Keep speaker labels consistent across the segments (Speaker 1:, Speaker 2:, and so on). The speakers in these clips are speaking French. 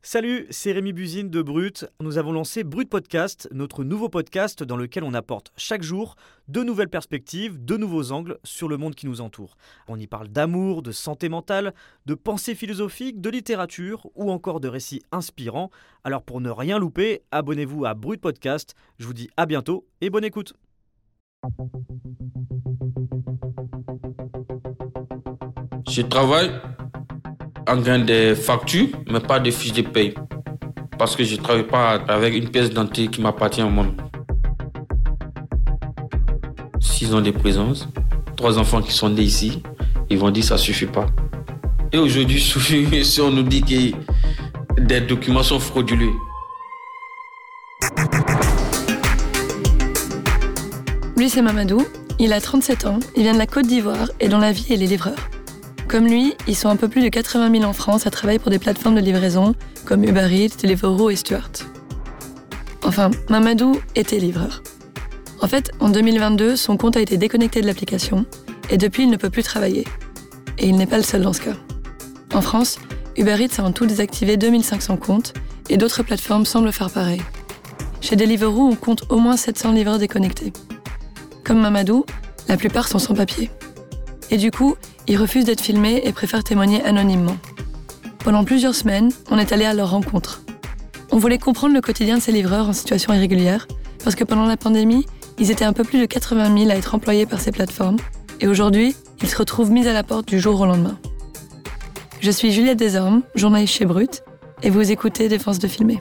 Speaker 1: Salut, c'est Rémi Buzine de Brut. Nous avons lancé Brut Podcast, notre nouveau podcast dans lequel on apporte chaque jour de nouvelles perspectives, de nouveaux angles sur le monde qui nous entoure. On y parle d'amour, de santé mentale, de pensée philosophique, de littérature ou encore de récits inspirants. Alors pour ne rien louper, abonnez-vous à Brut Podcast. Je vous dis à bientôt et bonne écoute.
Speaker 2: Je travaille en gain des factures, mais pas de fiches de paye. Parce que je ne travaille pas avec une pièce d'identité qui m'appartient au monde. 6 ans de présence, 3 enfants qui sont nés ici, ils vont dire que ça ne suffit pas. Et aujourd'hui, si on nous dit que des documents sont frauduleux.
Speaker 3: Lui, c'est Mamadou, il a 37 ans, il vient de la Côte d'Ivoire et dans la vie, il est livreur. Comme lui, ils sont un peu plus de 80 000 en France à travailler pour des plateformes de livraison comme Uber Eats, Deliveroo et Stuart. Enfin, Mamadou était livreur. En fait, en 2022, son compte a été déconnecté de l'application et depuis, il ne peut plus travailler. Et il n'est pas le seul dans ce cas. En France, Uber Eats a en tout désactivé 2500 comptes et d'autres plateformes semblent faire pareil. Chez Deliveroo, on compte au moins 700 livreurs déconnectés. Comme Mamadou, la plupart sont sans papier. Et du coup, ils refusent d'être filmés et préfèrent témoigner anonymement. Pendant plusieurs semaines, on est allé à leur rencontre. On voulait comprendre le quotidien de ces livreurs en situation irrégulière, parce que pendant la pandémie, ils étaient un peu plus de 80 000 à être employés par ces plateformes, et aujourd'hui, ils se retrouvent mis à la porte du jour au lendemain. Je suis Juliette Desormes, journaliste chez Brut, et vous écoutez Défense de filmer.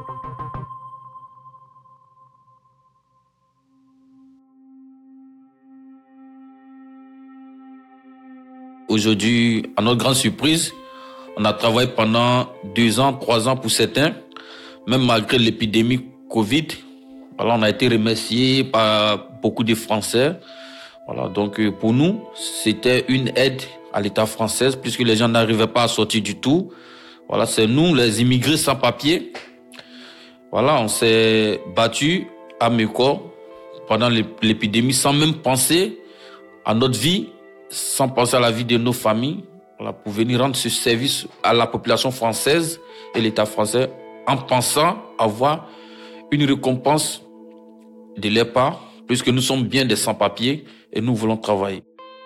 Speaker 2: Aujourd'hui, à notre grande surprise, on a travaillé pendant 2 ans, 3 ans pour certains, même malgré l'épidémie Covid. Voilà, on a été remerciés par beaucoup de Français. Voilà, donc pour nous, c'était une aide à l'État français, puisque les gens n'arrivaient pas à sortir du tout. Voilà, c'est nous, les immigrés sans papier. Voilà, on s'est battus à Mekor pendant l'épidémie sans même penser à notre vie, sans penser à la vie de nos familles, voilà, pour venir rendre ce service à la population française et l'État français en pensant avoir une récompense de leur part, puisque nous sommes bien des sans-papiers et nous voulons travailler.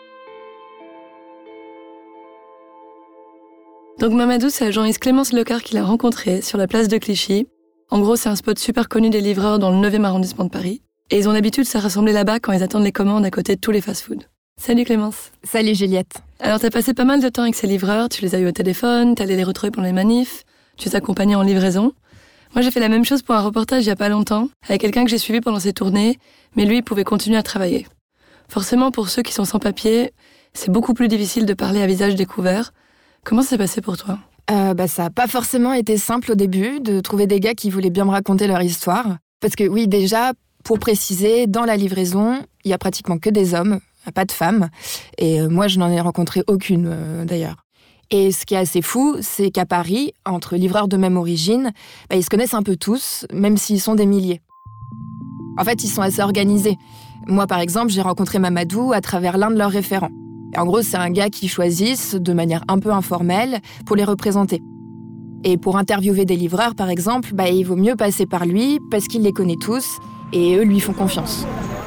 Speaker 3: Donc Mamadou, c'est la journaliste Clémence Lecard qu'il a rencontré sur la place de Clichy. En gros, c'est un spot super connu des livreurs dans le 9e arrondissement de Paris. Et ils ont l'habitude de se rassembler là-bas quand ils attendent les commandes à côté de tous les fast-foods. Salut Clémence.
Speaker 4: Salut Juliette.
Speaker 3: Alors t'as passé pas mal de temps avec ces livreurs, tu les as eu au téléphone, t'es allé les retrouver pendant les manifs, tu les accompagnais en livraison. Moi j'ai fait la même chose pour un reportage il y a pas longtemps, avec quelqu'un que j'ai suivi pendant ses tournées, mais lui il pouvait continuer à travailler. Forcément pour ceux qui sont sans papier, c'est beaucoup plus difficile de parler à visage découvert. Comment ça s'est passé pour toi ?
Speaker 4: Ça n'a pas forcément été simple au début de trouver des gars qui voulaient bien me raconter leur histoire. Parce que oui, déjà, pour préciser, dans la livraison, il y a pratiquement que des hommes, pas de femmes. Et moi, je n'en ai rencontré aucune, d'ailleurs. Et ce qui est assez fou, c'est qu'à Paris, entre livreurs de même origine, ils se connaissent un peu tous, même s'ils sont des milliers. En fait, ils sont assez organisés. Moi, par exemple, j'ai rencontré Mamadou à travers l'un de leurs référents. Et en gros, c'est un gars qu'ils choisissent de manière un peu informelle pour les représenter. Et pour interviewer des livreurs, par exemple, il vaut mieux passer par lui parce qu'il les connaît tous et eux lui font confiance.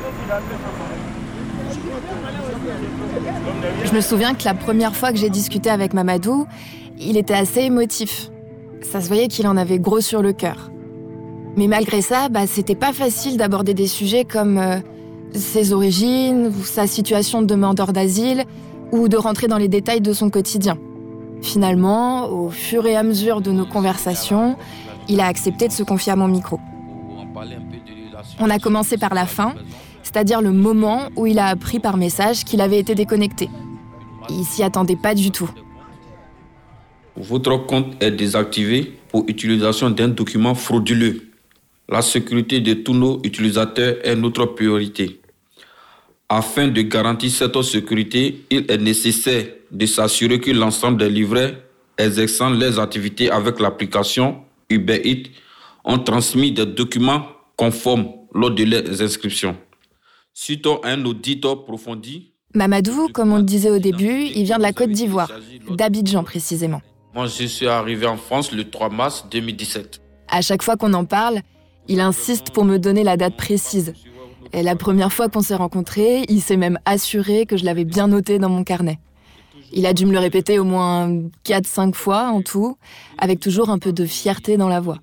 Speaker 4: Je me souviens que la première fois que j'ai discuté avec Mamadou, il était assez émotif. Ça se voyait qu'il en avait gros sur le cœur. Mais malgré ça, c'était pas facile d'aborder des sujets comme ses origines, ou sa situation de demandeur d'asile, ou de rentrer dans les détails de son quotidien. Finalement, au fur et à mesure de nos conversations, il a accepté de se confier à mon micro. On a commencé par la fin, c'est-à-dire le moment où il a appris par message qu'il avait été déconnecté. Il s'y attendait pas du tout.
Speaker 2: Votre compte est désactivé pour utilisation d'un document frauduleux. La sécurité de tous nos utilisateurs est notre priorité. Afin de garantir cette sécurité, il est nécessaire de s'assurer que l'ensemble des livreurs exerçant leurs activités avec l'application Uber Eats ont transmis des documents conformes lors de leurs inscriptions. Suite à un audit approfondi,
Speaker 4: Mamadou, comme on le disait au début, il vient de la Côte d'Ivoire, d'Abidjan précisément.
Speaker 2: Moi, je suis arrivé en France le 3 mars 2017.
Speaker 4: À chaque fois qu'on en parle, il insiste pour me donner la date précise. Et la première fois qu'on s'est rencontrés, il s'est même assuré que je l'avais bien noté dans mon carnet. Il a dû me le répéter au moins 4-5 fois en tout, avec toujours un peu de fierté dans la voix.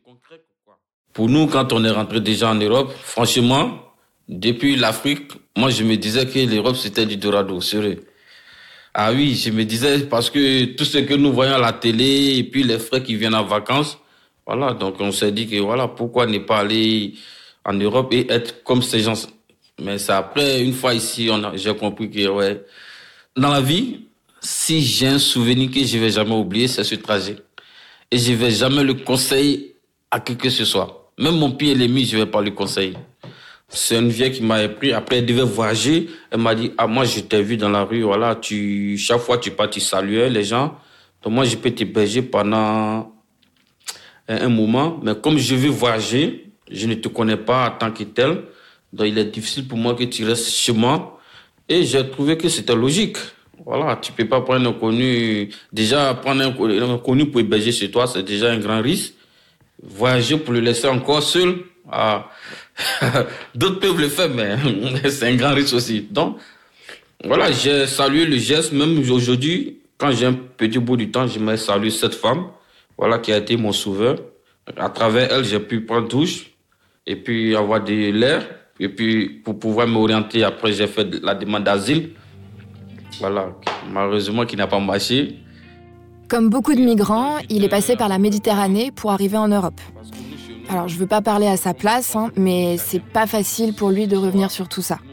Speaker 2: Pour nous, quand on est rentré déjà en Europe, franchement, depuis l'Afrique, moi je me disais que l'Europe c'était du Dorado, sérieux. Ah oui, je me disais parce que tout ce que nous voyons à la télé et puis les frères qui viennent en vacances, voilà, donc on s'est dit que voilà, pourquoi ne pas aller en Europe et être comme ces gens. Mais c'est après, une fois ici, j'ai compris que ouais, dans la vie, si j'ai un souvenir que je vais jamais oublier, c'est ce trajet. Et je vais jamais le conseiller à qui que ce soit. Même mon pire ennemi, je vais pas le conseiller. C'est une vieille qui m'a appris. Après, elle devait voyager. Elle m'a dit, ah, moi, je t'ai vu dans la rue, voilà, chaque fois tu pars, tu saluais les gens. Donc, moi, je peux t'héberger pendant un moment. Mais comme je veux voyager, je ne te connais pas en tant que tel. Donc, il est difficile pour moi que tu restes chez moi. Et j'ai trouvé que c'était logique. Voilà, tu peux pas prendre un inconnu. Déjà, prendre un inconnu pour héberger chez toi, c'est déjà un grand risque. Voyager pour le laisser encore seul, ah, d'autres peuvent le faire, mais c'est un grand risque aussi. Donc, voilà, j'ai salué le geste. Même aujourd'hui, quand j'ai un petit bout du temps, je me salue cette femme, voilà, qui a été mon sauveur. À travers elle, j'ai pu prendre douche et puis avoir de l'air. Et puis, pour pouvoir m'orienter, après, j'ai fait la demande d'asile. Voilà, malheureusement, qui n'a pas marché.
Speaker 4: Comme beaucoup de migrants, il est passé par la Méditerranée pour arriver en Europe. Alors, je veux pas parler à sa place, mais c'est pas facile pour lui de revenir sur tout ça.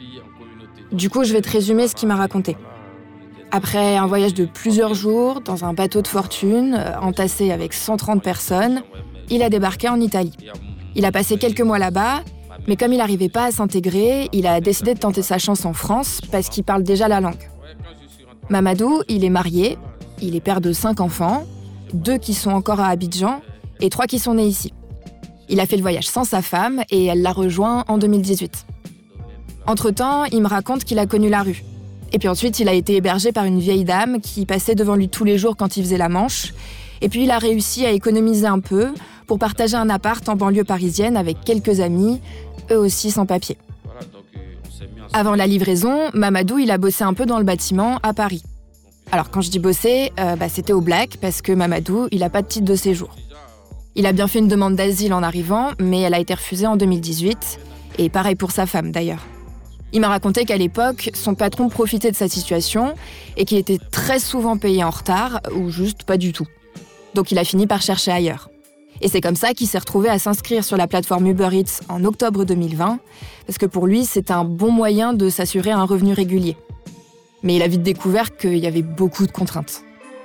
Speaker 4: Du coup, je vais te résumer ce qu'il m'a raconté. Après un voyage de plusieurs jours, dans un bateau de fortune, entassé avec 130 personnes, il a débarqué en Italie. Il a passé quelques mois là-bas, mais comme il n'arrivait pas à s'intégrer, il a décidé de tenter sa chance en France parce qu'il parle déjà la langue. Mamadou, il est marié, il est père de 5 enfants, 2 qui sont encore à Abidjan et 3 qui sont nés ici. Il a fait le voyage sans sa femme et elle l'a rejoint en 2018. Entre-temps, il me raconte qu'il a connu la rue. Et puis ensuite, il a été hébergé par une vieille dame qui passait devant lui tous les jours quand il faisait la manche. Et puis il a réussi à économiser un peu pour partager un appart en banlieue parisienne avec quelques amis, eux aussi sans papier. Avant la livraison, Mamadou, il a bossé un peu dans le bâtiment à Paris. Alors quand je dis bosser, c'était au black parce que Mamadou, il n'a pas de titre de séjour. Il a bien fait une demande d'asile en arrivant, mais elle a été refusée en 2018. Et pareil pour sa femme d'ailleurs. Il m'a raconté qu'à l'époque, son patron profitait de sa situation et qu'il était très souvent payé en retard ou juste pas du tout. Donc il a fini par chercher ailleurs. Et c'est comme ça qu'il s'est retrouvé à s'inscrire sur la plateforme Uber Eats en octobre 2020, parce que pour lui, c'était un bon moyen de s'assurer un revenu régulier. Mais il a vite découvert qu'il y avait beaucoup de contraintes.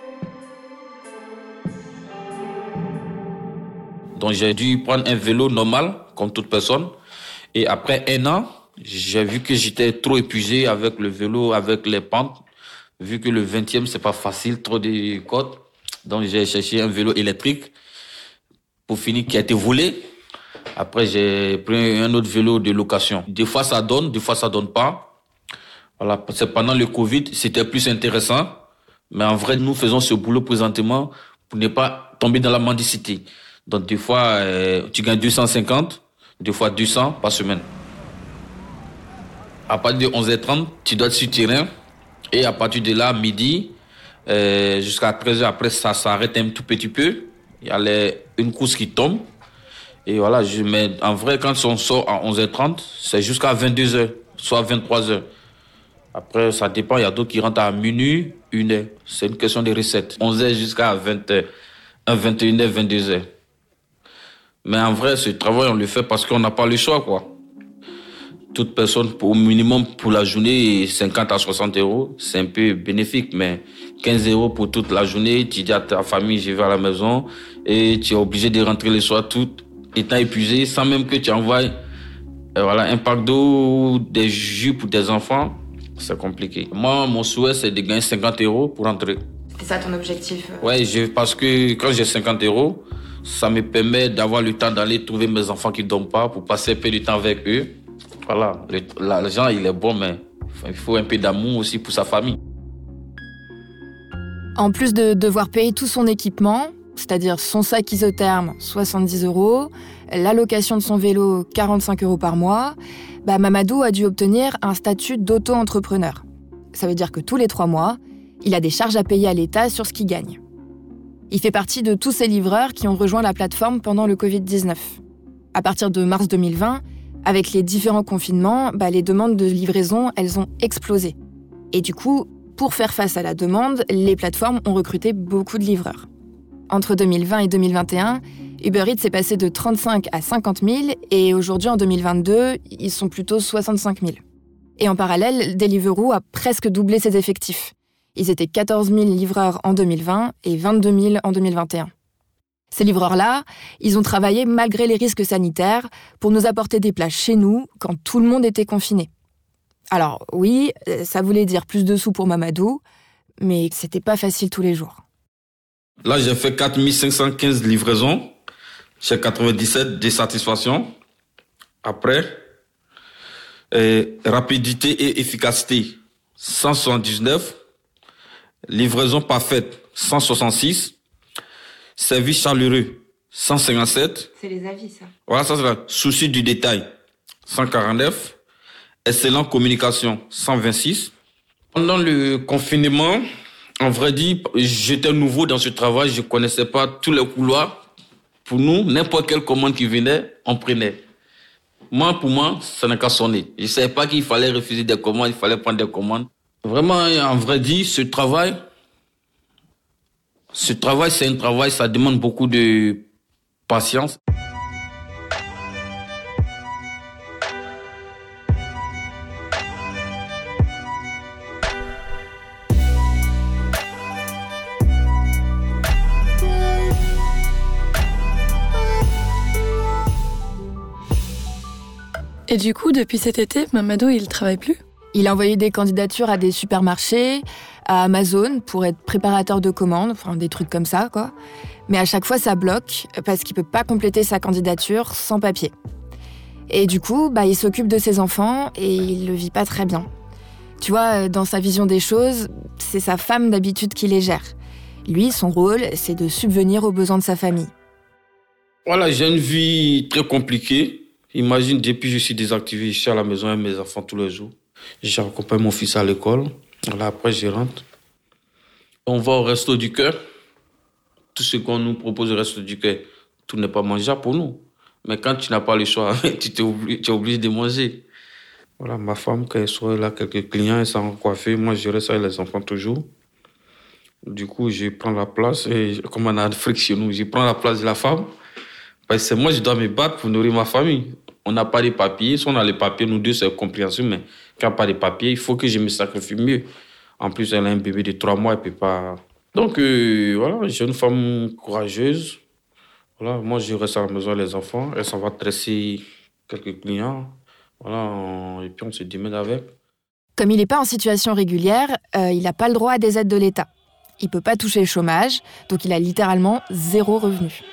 Speaker 2: Donc j'ai dû prendre un vélo normal, comme toute personne. Et après 1 an, j'ai vu que j'étais trop épuisé avec le vélo, avec les pentes. Vu que le 20e, c'est pas facile, trop de côtes. Donc j'ai cherché un vélo électrique. Pour finir, qui a été volé. Après, j'ai pris un autre vélo de location. Des fois, ça donne, des fois, ça donne pas. Voilà, c'est pendant le Covid, c'était plus intéressant. Mais en vrai, nous faisons ce boulot présentement pour ne pas tomber dans la mendicité. Donc, des fois, tu gagnes 250, des fois 200 par semaine. À partir de 11h30, tu dois être sur terrain. Et à partir de là, midi, jusqu'à 13h, après, ça s'arrête un tout petit peu. Il y a une course qui tombe. Et voilà, en vrai, quand on sort à 11h30, c'est jusqu'à 22h, soit 23h. Après, ça dépend. Il y a d'autres qui rentrent à minuit, 1h. C'est une question de recette. 11h jusqu'à 20h, 21h, 22h. Mais en vrai, ce travail, on le fait parce qu'on n'a pas le choix, quoi. Toute personne, au minimum pour la journée, 50 à 60 euros, c'est un peu bénéfique, mais 15 euros pour toute la journée, tu dis à ta famille, je vais à la maison, et tu es obligé de rentrer le soir tout étant épuisé, sans même que tu envoies un pack d'eau, des jus pour tes enfants, c'est compliqué. Moi, mon souhait, c'est de gagner 50 euros pour rentrer.
Speaker 4: C'est ça ton objectif?
Speaker 2: Ouais, parce que quand j'ai 50 euros, ça me permet d'avoir le temps d'aller trouver mes enfants qui ne dorment pas, pour passer un peu de temps avec eux. Voilà, l'argent, il est bon, mais il faut un peu d'amour aussi pour sa famille.
Speaker 4: En plus de devoir payer tout son équipement, c'est-à-dire son sac isotherme, 70 €, la location de son vélo, 45 € par mois, Mamadou a dû obtenir un statut d'auto-entrepreneur. Ça veut dire que tous les 3 mois, il a des charges à payer à l'État sur ce qu'il gagne. Il fait partie de tous ces livreurs qui ont rejoint la plateforme pendant le Covid-19. À partir de mars 2020, avec les différents confinements, les demandes de livraison, elles ont explosé. Et du coup, pour faire face à la demande, les plateformes ont recruté beaucoup de livreurs. Entre 2020 et 2021, Uber Eats est passé de 35 à 50 000 et aujourd'hui, en 2022, ils sont plutôt 65 000. Et en parallèle, Deliveroo a presque doublé ses effectifs. Ils étaient 14 000 livreurs en 2020 et 22 000 en 2021. Ces livreurs-là, ils ont travaillé malgré les risques sanitaires pour nous apporter des plats chez nous quand tout le monde était confiné. Alors oui, ça voulait dire plus de sous pour Mamadou, mais c'était pas facile tous les jours.
Speaker 2: Là, j'ai fait 4515 livraisons. J'ai 97 désatisfactions. Après, rapidité et efficacité, 179. Livraison parfaite, 166. Service chaleureux, 157.
Speaker 4: C'est les avis, ça.
Speaker 2: Voilà, ça c'est le souci du détail, 149. Excellente communication, 126. Pendant le confinement, en vrai dit, j'étais nouveau dans ce travail, je connaissais pas tous les couloirs. Pour nous, n'importe quelle commande qui venait, on prenait. Pour moi, ça n'a qu'à sonner. Je savais pas qu'il fallait refuser des commandes, il fallait prendre des commandes. Vraiment, en vrai dit, ce travail, c'est un travail, ça demande beaucoup de patience.
Speaker 3: Et du coup, depuis cet été, Mamadou, il travaille plus ?
Speaker 4: Il a envoyé des candidatures à des supermarchés, à Amazon pour être préparateur de commandes, enfin des trucs comme ça, quoi. Mais à chaque fois, ça bloque parce qu'il peut pas compléter sa candidature sans papier. Et du coup, il s'occupe de ses enfants et il le vit pas très bien. Tu vois, dans sa vision des choses, c'est sa femme d'habitude qui les gère. Lui, son rôle, c'est de subvenir aux besoins de sa famille.
Speaker 2: Voilà, j'ai une vie très compliquée. Imagine, depuis que je suis désactivé, je suis à la maison avec mes enfants tous les jours. J'accompagne mon fils à l'école. Voilà, après, je rentre. On va au Resto du Cœur. Tout ce qu'on nous propose au Resto du Cœur, tout n'est pas mangeable pour nous. Mais quand tu n'as pas le choix, tu es obligé de manger. Voilà, ma femme, quand elle soit là, quelques clients, elle s'en coiffer. Moi, je reste avec les enfants toujours. Du coup, je prends la place. Et comme on a Afrique chez nous, je prends la place de la femme. Parce que c'est moi, je dois me battre pour nourrir ma famille. On n'a pas de papiers. Si on a les papiers, nous deux, c'est compréhensible. Mais quand il n'y a pas de papiers, il faut que je me sacrifie mieux. En plus, elle a un bébé de 3 mois, elle ne peut pas... Donc, voilà, j'ai une femme courageuse. Voilà, moi, je reste à la maison avec les enfants. Elle s'en va dresser quelques clients. Voilà, et puis on se démène avec.
Speaker 4: Comme il n'est pas en situation régulière, il n'a pas le droit à des aides de l'État. Il ne peut pas toucher le chômage, donc il a littéralement 0 revenu.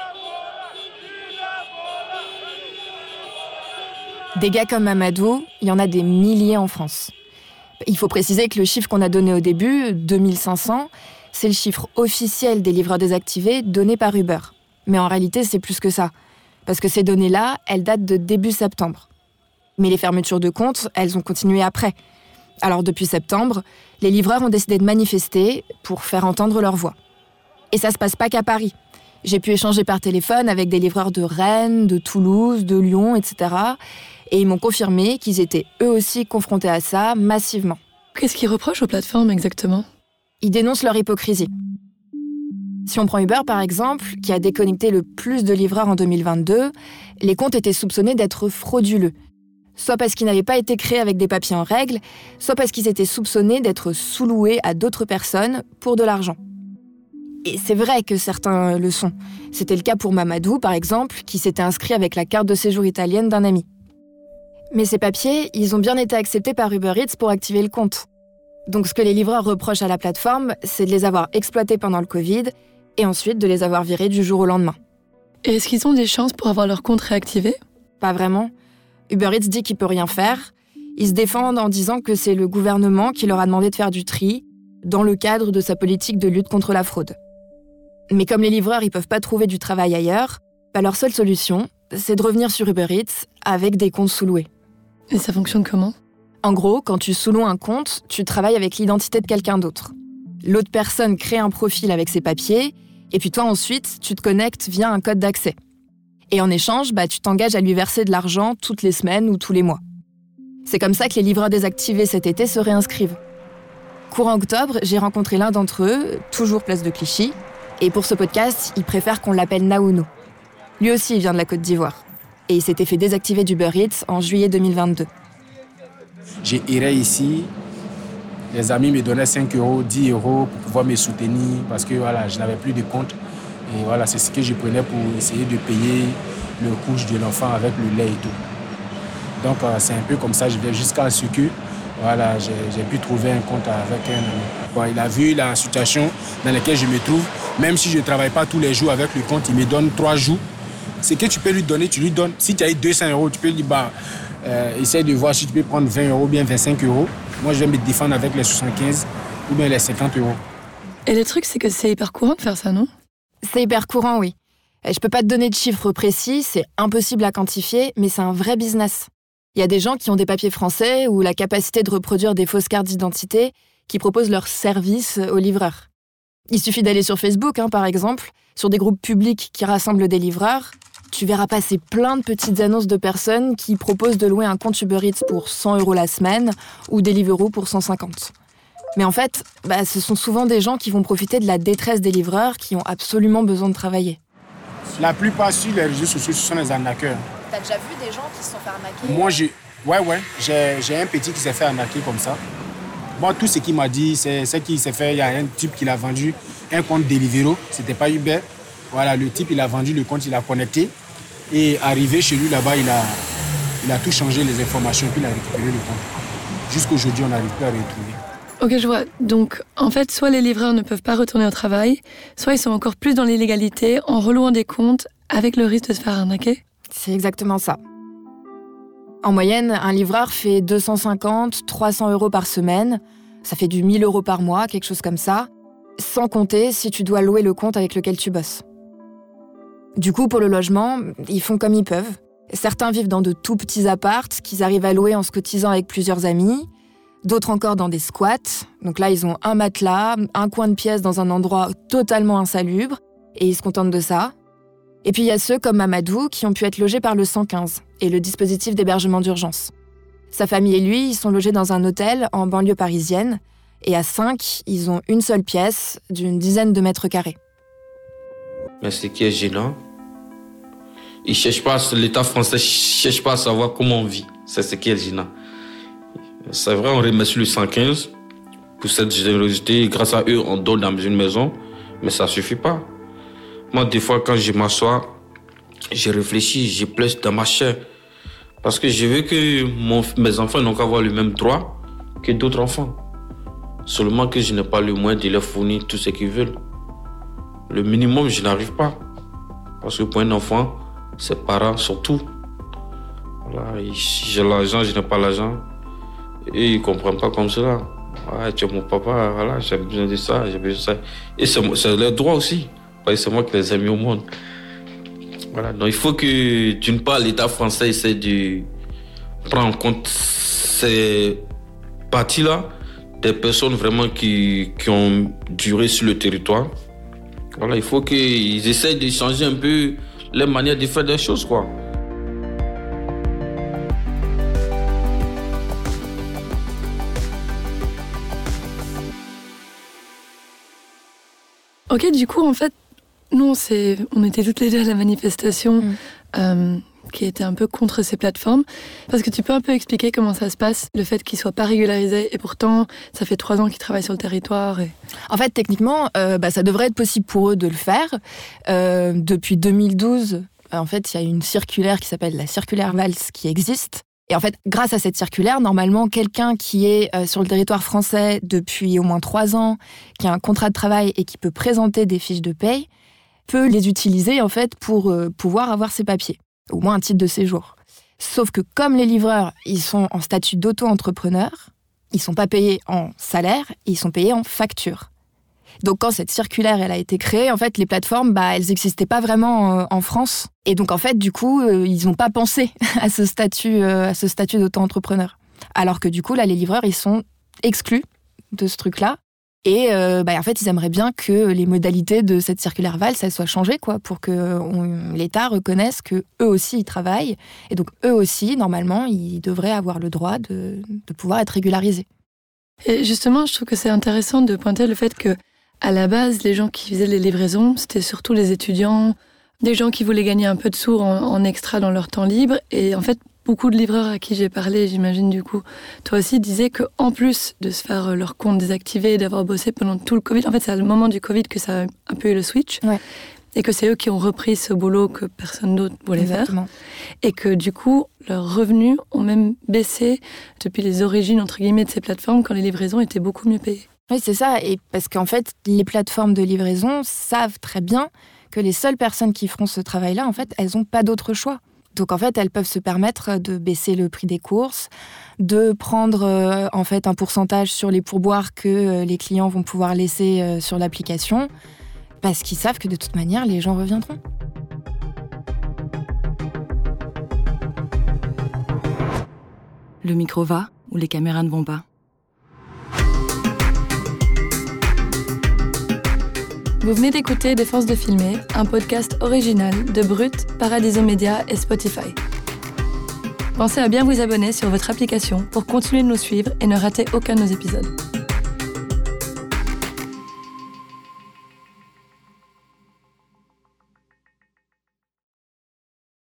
Speaker 4: Des gars comme Mamadou, il y en a des milliers en France. Il faut préciser que le chiffre qu'on a donné au début, 2500, c'est le chiffre officiel des livreurs désactivés donné par Uber. Mais en réalité, c'est plus que ça. Parce que ces données-là, elles datent de début septembre. Mais les fermetures de comptes, elles ont continué après. Alors depuis septembre, les livreurs ont décidé de manifester pour faire entendre leur voix. Et ça se passe pas qu'à Paris. J'ai pu échanger par téléphone avec des livreurs de Rennes, de Toulouse, de Lyon, etc. Et ils m'ont confirmé qu'ils étaient eux aussi confrontés à ça massivement.
Speaker 3: Qu'est-ce qu'ils reprochent aux plateformes exactement ?
Speaker 4: Ils dénoncent leur hypocrisie. Si on prend Uber par exemple, qui a déconnecté le plus de livreurs en 2022, les comptes étaient soupçonnés d'être frauduleux. Soit parce qu'ils n'avaient pas été créés avec des papiers en règle, soit parce qu'ils étaient soupçonnés d'être sous-loués à d'autres personnes pour de l'argent. Et c'est vrai que certains le sont. C'était le cas pour Mamadou, par exemple, qui s'était inscrit avec la carte de séjour italienne d'un ami. Mais ces papiers, ils ont bien été acceptés par Uber Eats pour activer le compte. Donc ce que les livreurs reprochent à la plateforme, c'est de les avoir exploités pendant le Covid et ensuite de les avoir virés du jour au lendemain.
Speaker 3: Et est-ce qu'ils ont des chances pour avoir leur compte réactivé ?
Speaker 4: Pas vraiment. Uber Eats dit qu'il peut rien faire. Ils se défendent en disant que c'est le gouvernement qui leur a demandé de faire du tri, dans le cadre de sa politique de lutte contre la fraude. Mais comme les livreurs ils peuvent pas trouver du travail ailleurs, leur seule solution, c'est de revenir sur Uber Eats avec des comptes sous-loués.
Speaker 3: Et ça fonctionne comment ?
Speaker 4: En gros, quand tu sous-loues un compte, tu travailles avec l'identité de quelqu'un d'autre. L'autre personne crée un profil avec ses papiers, et puis toi ensuite, tu te connectes via un code d'accès. Et en échange, tu t'engages à lui verser de l'argent toutes les semaines ou tous les mois. C'est comme ça que les livreurs désactivés cet été se réinscrivent. Courant octobre, j'ai rencontré l'un d'entre eux, toujours place de Clichy, et pour ce podcast, il préfère qu'on l'appelle Naounou. Lui aussi, il vient de la Côte d'Ivoire. Et il s'était fait désactiver d'Uber Eats en juillet 2022.
Speaker 5: J'irais ici, les amis me donnaient 5 €, 10 € pour pouvoir me soutenir parce que je n'avais plus de compte. Et c'est ce que je prenais pour essayer de payer le couche de l'enfant avec le lait et tout. Donc c'est un peu comme ça, je vais jusqu'à ce que j'ai pu trouver un compte avec un ami. Il a vu la situation dans laquelle je me trouve. Même si je ne travaille pas tous les jours avec le compte, il me donne 3 jours. Ce que tu peux lui donner, tu lui donnes. Si tu as eu 200 €, tu peux lui dire, essaye de voir si tu peux prendre 20 € ou bien 25 €. Moi, je vais me défendre avec les 75 ou bien les 50 €.
Speaker 3: Et le truc, c'est que c'est hyper courant de faire ça, non ?
Speaker 4: C'est hyper courant, oui. Je peux pas te donner de chiffres précis, c'est impossible à quantifier, mais c'est un vrai business. Il y a des gens qui ont des papiers français ou la capacité de reproduire des fausses cartes d'identité qui proposent leurs services aux livreurs. Il suffit d'aller sur Facebook, par exemple, sur des groupes publics qui rassemblent des livreurs. Tu verras passer plein de petites annonces de personnes qui proposent de louer un compte Uber Eats pour 100 € la semaine ou Deliveroo pour 150. Mais en fait, ce sont souvent des gens qui vont profiter de la détresse des livreurs qui ont absolument besoin de travailler.
Speaker 5: La plupart sur les réseaux sociaux, ce sont des arnaqueurs.
Speaker 4: T'as déjà vu des gens qui se sont fait arnaquer ?
Speaker 5: Moi, j'ai un petit qui s'est fait arnaquer comme ça. Bon, tout ce qu'il m'a dit, c'est ce qu'il s'est fait. Il y a un type qui l'a vendu un compte Deliveroo, c'était pas Uber. Le type, il a vendu le compte, il a connecté. Et arrivé chez lui là-bas, il a tout changé, les informations, puis il a récupéré le compte. Jusqu'aujourd'hui, on n'arrive plus à le retrouver.
Speaker 3: Ok, je vois. Donc, en fait, soit les livreurs ne peuvent pas retourner au travail, soit ils sont encore plus dans l'illégalité en relouant des comptes avec le risque de se faire arnaquer.
Speaker 4: C'est exactement ça. En moyenne, un livreur fait 250, 300 € par semaine. Ça fait du 1000 € par mois, quelque chose comme ça. Sans compter si tu dois louer le compte avec lequel tu bosses. Du coup, pour le logement, ils font comme ils peuvent. Certains vivent dans de tout petits apparts qu'ils arrivent à louer en se cotisant avec plusieurs amis. D'autres encore dans des squats. Donc là, ils ont un matelas, un coin de pièce dans un endroit totalement insalubre. Et ils se contentent de ça. Et puis il y a ceux comme Mamadou qui ont pu être logés par le 115 et le dispositif d'hébergement d'urgence. Sa famille et lui, ils sont logés dans un hôtel en banlieue parisienne. Et à 5, ils ont une seule pièce d'une dizaine de mètres carrés.
Speaker 2: Mais ce qui est gênant, l'État français ne cherche pas à savoir comment on vit. C'est ce qui est gênant. C'est vrai, on remercie le 115 pour cette générosité. Grâce à eux, on dort dans une maison, mais ça ne suffit pas. Moi, des fois, quand je m'assois, je réfléchis, je pleure dans ma chair. Parce que je veux que mes enfants n'ont qu'à avoir le même droit que d'autres enfants. Seulement que je n'ai pas le moyen de leur fournir tout ce qu'ils veulent. Le minimum, je n'arrive pas. Parce que pour un enfant, ses parents surtout. J'ai l'argent, je n'ai pas l'argent. Et ils ne comprennent pas comme cela. Tu es mon papa, j'ai besoin de ça, j'ai besoin de ça. Et c'est leur droit aussi. Parce que c'est moi qui les ai mis au monde. Donc il faut que, d'une part, l'État français essaie de prendre en compte ces parties-là, des personnes vraiment qui ont duré sur le territoire. Il faut qu'ils essayent de changer un peu leur manière de faire des choses, quoi.
Speaker 3: Ok, du coup, en fait, nous, on était toutes les deux à la manifestation qui était un peu contre ces plateformes. Parce que tu peux un peu expliquer comment ça se passe, le fait qu'ils ne soient pas régularisés, et pourtant, ça fait 3 ans qu'ils travaillent sur le territoire.
Speaker 4: En fait, techniquement, ça devrait être possible pour eux de le faire. Depuis 2012, en fait, il y a une circulaire qui s'appelle la circulaire Valls qui existe. Et en fait, grâce à cette circulaire, normalement, quelqu'un qui est sur le territoire français depuis au moins 3 ans, qui a un contrat de travail et qui peut présenter des fiches de paye, peut les utiliser en fait pour pouvoir avoir ses papiers, au moins un titre de séjour. Sauf que comme les livreurs, ils sont en statut d'auto-entrepreneur, ils sont pas payés en salaire, ils sont payés en facture. Donc quand cette circulaire elle a été créée, en fait les plateformes elles n'existaient pas vraiment en France. Et donc en fait du coup ils n'ont pas pensé à ce statut d'auto-entrepreneur. Alors que du coup là les livreurs ils sont exclus de ce truc-là. Et en fait ils aimeraient bien que les modalités de cette circulaire Valls elles soient changées quoi, pour que l'État reconnaisse que eux aussi ils travaillent. Et donc eux aussi normalement ils devraient avoir le droit de pouvoir être régularisés.
Speaker 3: Et justement je trouve que c'est intéressant de pointer le fait que à la base, les gens qui faisaient les livraisons, c'était surtout les étudiants, des gens qui voulaient gagner un peu de sous en extra dans leur temps libre. Et en fait, beaucoup de livreurs à qui j'ai parlé, j'imagine du coup, toi aussi, disaient qu'en plus de se faire leur compte désactivé, d'avoir bossé pendant tout le Covid, en fait, c'est à le moment du Covid que ça a un peu eu le switch.
Speaker 4: Ouais.
Speaker 3: Et que c'est eux qui ont repris ce boulot que personne d'autre voulait
Speaker 4: Exactement.
Speaker 3: faire. Et que du coup, leurs revenus ont même baissé depuis les origines, entre guillemets, de ces plateformes, quand les livraisons étaient beaucoup mieux payées.
Speaker 4: Oui, c'est ça. Et parce qu'en fait, les plateformes de livraison savent très bien que les seules personnes qui feront ce travail-là, en fait, elles n'ont pas d'autre choix. Donc, en fait, elles peuvent se permettre de baisser le prix des courses, de prendre en fait un pourcentage sur les pourboires que les clients vont pouvoir laisser sur l'application, parce qu'ils savent que de toute manière, les gens reviendront.
Speaker 6: Le micro va ou les caméras ne vont pas?
Speaker 3: Vous venez d'écouter Des Forces de filmer, un podcast original de Brut, Paradiso Media et Spotify. Pensez à bien vous abonner sur votre application pour continuer de nous suivre et ne rater aucun de nos épisodes.